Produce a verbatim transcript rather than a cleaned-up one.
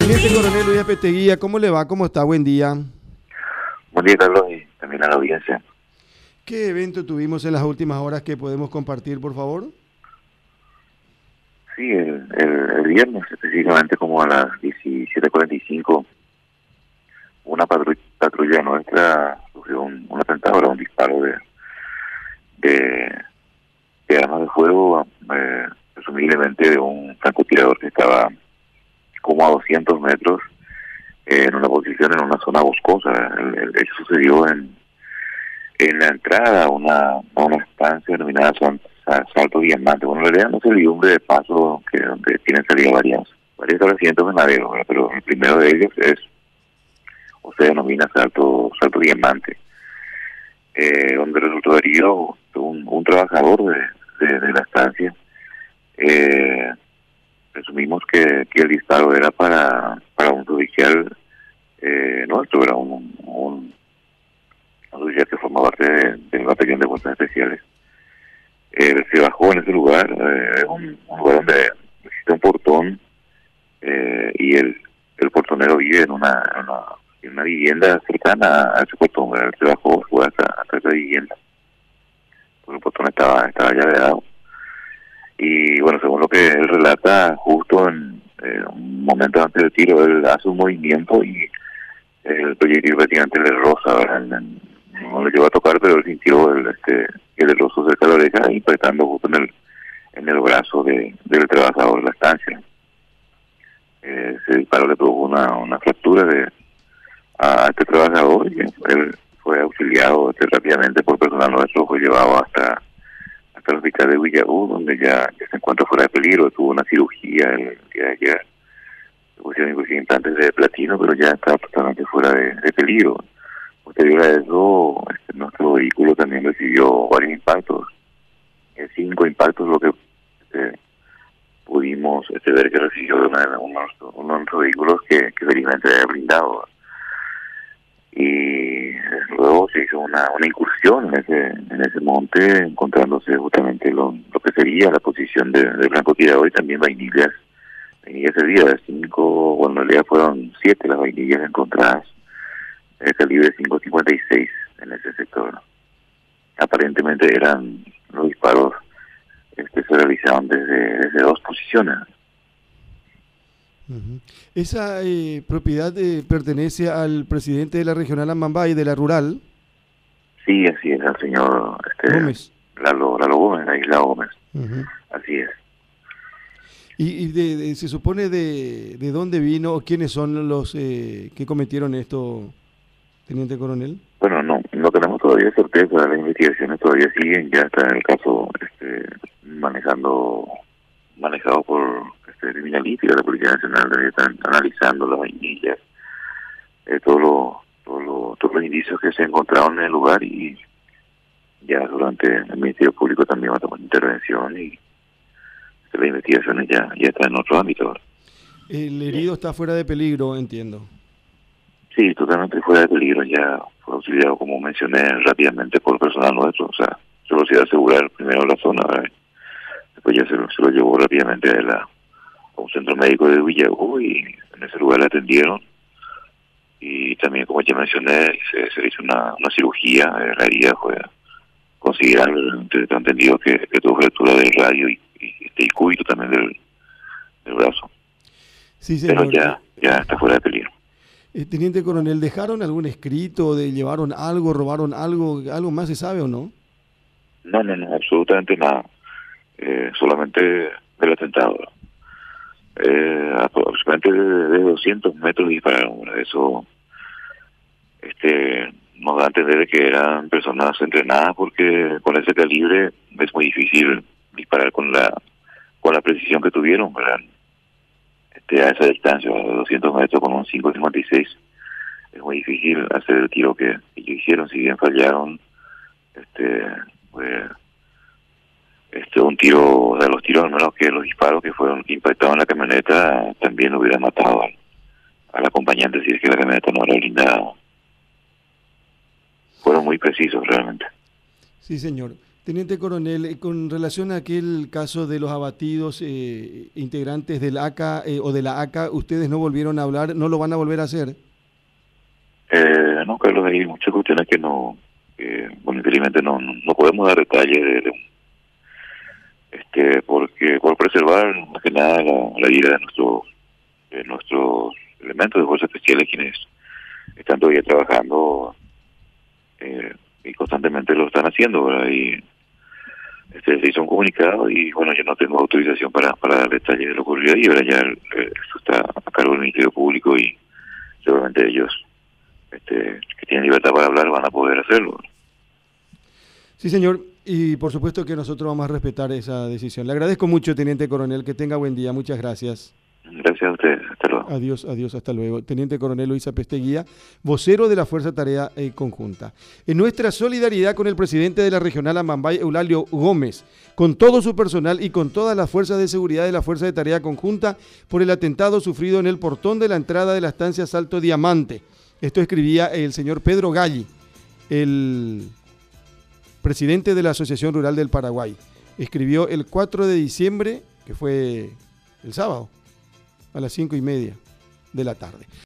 Teniente Coronel Luis Apeteguía, ¿cómo le va? ¿Cómo está? Buen día. Buen día, Carlos, y también a la audiencia. ¿Qué evento tuvimos en las últimas horas que podemos compartir, por favor? Sí, el, el, el viernes, específicamente como a las diecisiete cuarenta y cinco, una patrulla, patrulla nuestra sufrió un, un atentado, un disparo de, de, de armas de fuego, eh, presumiblemente de un francotirador que estaba como a doscientos metros eh, en una posición en una zona boscosa. El, el hecho sucedió en, en la entrada a una, a una estancia denominada San, San, Salto Diamante. Bueno, en realidad no se liumbre de paso que donde tienen salida varias, varios establecimientos ganaderos, ¿verdad? Pero el primero de ellos es, o se denomina Salto, Salto Diamante, eh, donde resultó herido un, un trabajador de, de, de la estancia. Eh, presumimos que, que el disparo era para, para un oficial eh, nuestro, era un, un, un oficial que forma parte de, del batallón de fuerzas especiales. Eh, se bajó en ese lugar, eh, un, un lugar donde existe un portón eh, y el, el portonero vive en una, en una, en una vivienda cercana a ese portón. Él se bajó, fue hasta, hasta esa vivienda, porque el portón estaba, estaba llaveado. Y bueno, según lo que él relata, justo en eh, un momento antes del tiro, él hace un movimiento y el proyectil prácticamente le roza, ¿verdad? No le llegó a tocar, pero él sintió el, este, que le rozó cerca de la oreja, impactando justo en el, en el brazo de, del trabajador de la estancia. Eh, ese disparo le produjo una, una fractura de, a este trabajador y él fue auxiliado este, rápidamente por personal nuestro, fue llevado hasta hasta el hospital de Villaú, donde ya, ya se encuentra fuera de peligro. Tuvo una cirugía el día de ayer, se pusieron inclusive implantes de platino, pero ya está totalmente fuera de, de peligro. Posterior a eso, este, nuestro vehículo también recibió varios impactos, eh, cinco impactos, lo que este, pudimos este, ver que recibió de una, uno, uno de nuestros vehículos que, que felizmente había blindado. Y luego se hizo una, una incursión en ese en ese monte, encontrándose justamente lo, lo que sería la posición de, de francotirador y también vainillas, vainillas servidas, cinco, bueno, en realidad fueron siete las vainillas encontradas, de calibre cinco cincuenta y seis en ese sector. Aparentemente eran los disparos este, se realizaban desde, desde dos posiciones. Uh-huh. ¿Esa eh, propiedad eh, pertenece al presidente de la regional Amambay, de la rural? Sí, así es, al señor este, Gómez. Lalo, Lalo Gómez, la isla Gómez. Uh-huh. Así es. ¿Y, y de, de, se supone de, de dónde vino o quiénes son los eh, que cometieron esto, teniente coronel? Bueno, no no tenemos todavía certeza, las investigaciones todavía siguen, ya está en el caso este, manejando manejado por este, criminalística, la Policía Nacional, que están analizando las vainillas, eh, todo lo, todo lo, todos los indicios que se encontraron en el lugar, y ya durante el Ministerio Público también va a tomar intervención y las investigaciones ya, ya están en otro ámbito. El herido está fuera de peligro, entiendo. Sí, totalmente fuera de peligro, ya fue auxiliado, como mencioné, rápidamente por personal nuestro, o sea, solo se iba a asegurar primero la zona, ¿verdad? Después ya se lo, se lo llevó rápidamente a, la, a un centro médico de Villaú y en ese lugar le atendieron. Y también, como ya mencioné, se, se hizo una, una cirugía, eh, la herida fue considerable, tengo entendido que, que tuvo fractura del radio y, y, este, y cúbito también del, del brazo. Sí, señor. Pero ya, ya está fuera de peligro. Eh, teniente coronel, ¿dejaron algún escrito, de llevaron algo, robaron algo, algo más se sabe o no? No, no, no, absolutamente nada. Eh, solamente del atentado. Eh, aproximadamente de, de doscientos metros dispararon. Eso este, nos da a entender que eran personas entrenadas, porque con ese calibre es muy difícil disparar con la con la precisión que tuvieron, ¿verdad? Este, a esa distancia, de doscientos metros con un cinco cincuenta y seis, es muy difícil hacer el tiro que ellos hicieron. Si bien fallaron, este, pues, este un tiro, de los tiros al menos que los disparos que fueron que impactaron en la camioneta también hubieran matado al, al acompañante si es que la camioneta no era blindada. Fueron muy precisos realmente. Sí, señor. Teniente Coronel, eh, con relación a aquel caso de los abatidos eh, integrantes del A C A eh, o de la A C A, ¿ustedes no volvieron a hablar? ¿No lo van a volver a hacer? Eh, no, Carlos, hay muchas cuestiones que no, eh, bueno, infelizmente no, no, no podemos dar detalles de, de, este, porque por preservar más que nada la, la vida de nuestros, de nuestros elementos de fuerzas especiales, quienes están todavía trabajando eh, y constantemente lo están haciendo, ¿verdad? Y este, se hizo un comunicado y bueno, yo no tengo autorización para, para dar detalles de lo ocurrido ahí, ¿verdad? Ya eh, eso está a cargo del Ministerio Público y seguramente ellos este, que tienen libertad para hablar van a poder hacerlo. Sí, señor, y por supuesto que nosotros vamos a respetar esa decisión. Le agradezco mucho, Teniente Coronel, que tenga buen día, muchas gracias. Gracias a ustedes, hasta luego. Adiós, adiós, hasta luego. Teniente Coronel Luis Apesteguía, vocero de la Fuerza Tarea eh, Conjunta. En nuestra solidaridad con el presidente de la Regional Amambay, Eulalio Gómez, con todo su personal y con todas las fuerzas de seguridad de la Fuerza de Tarea Conjunta por el atentado sufrido en el portón de la entrada de la estancia Salto Diamante. Esto escribía el señor Pedro Galli, el presidente de la Asociación Rural del Paraguay. Escribió el cuatro de diciembre, que fue el sábado, a las cinco y media de la tarde.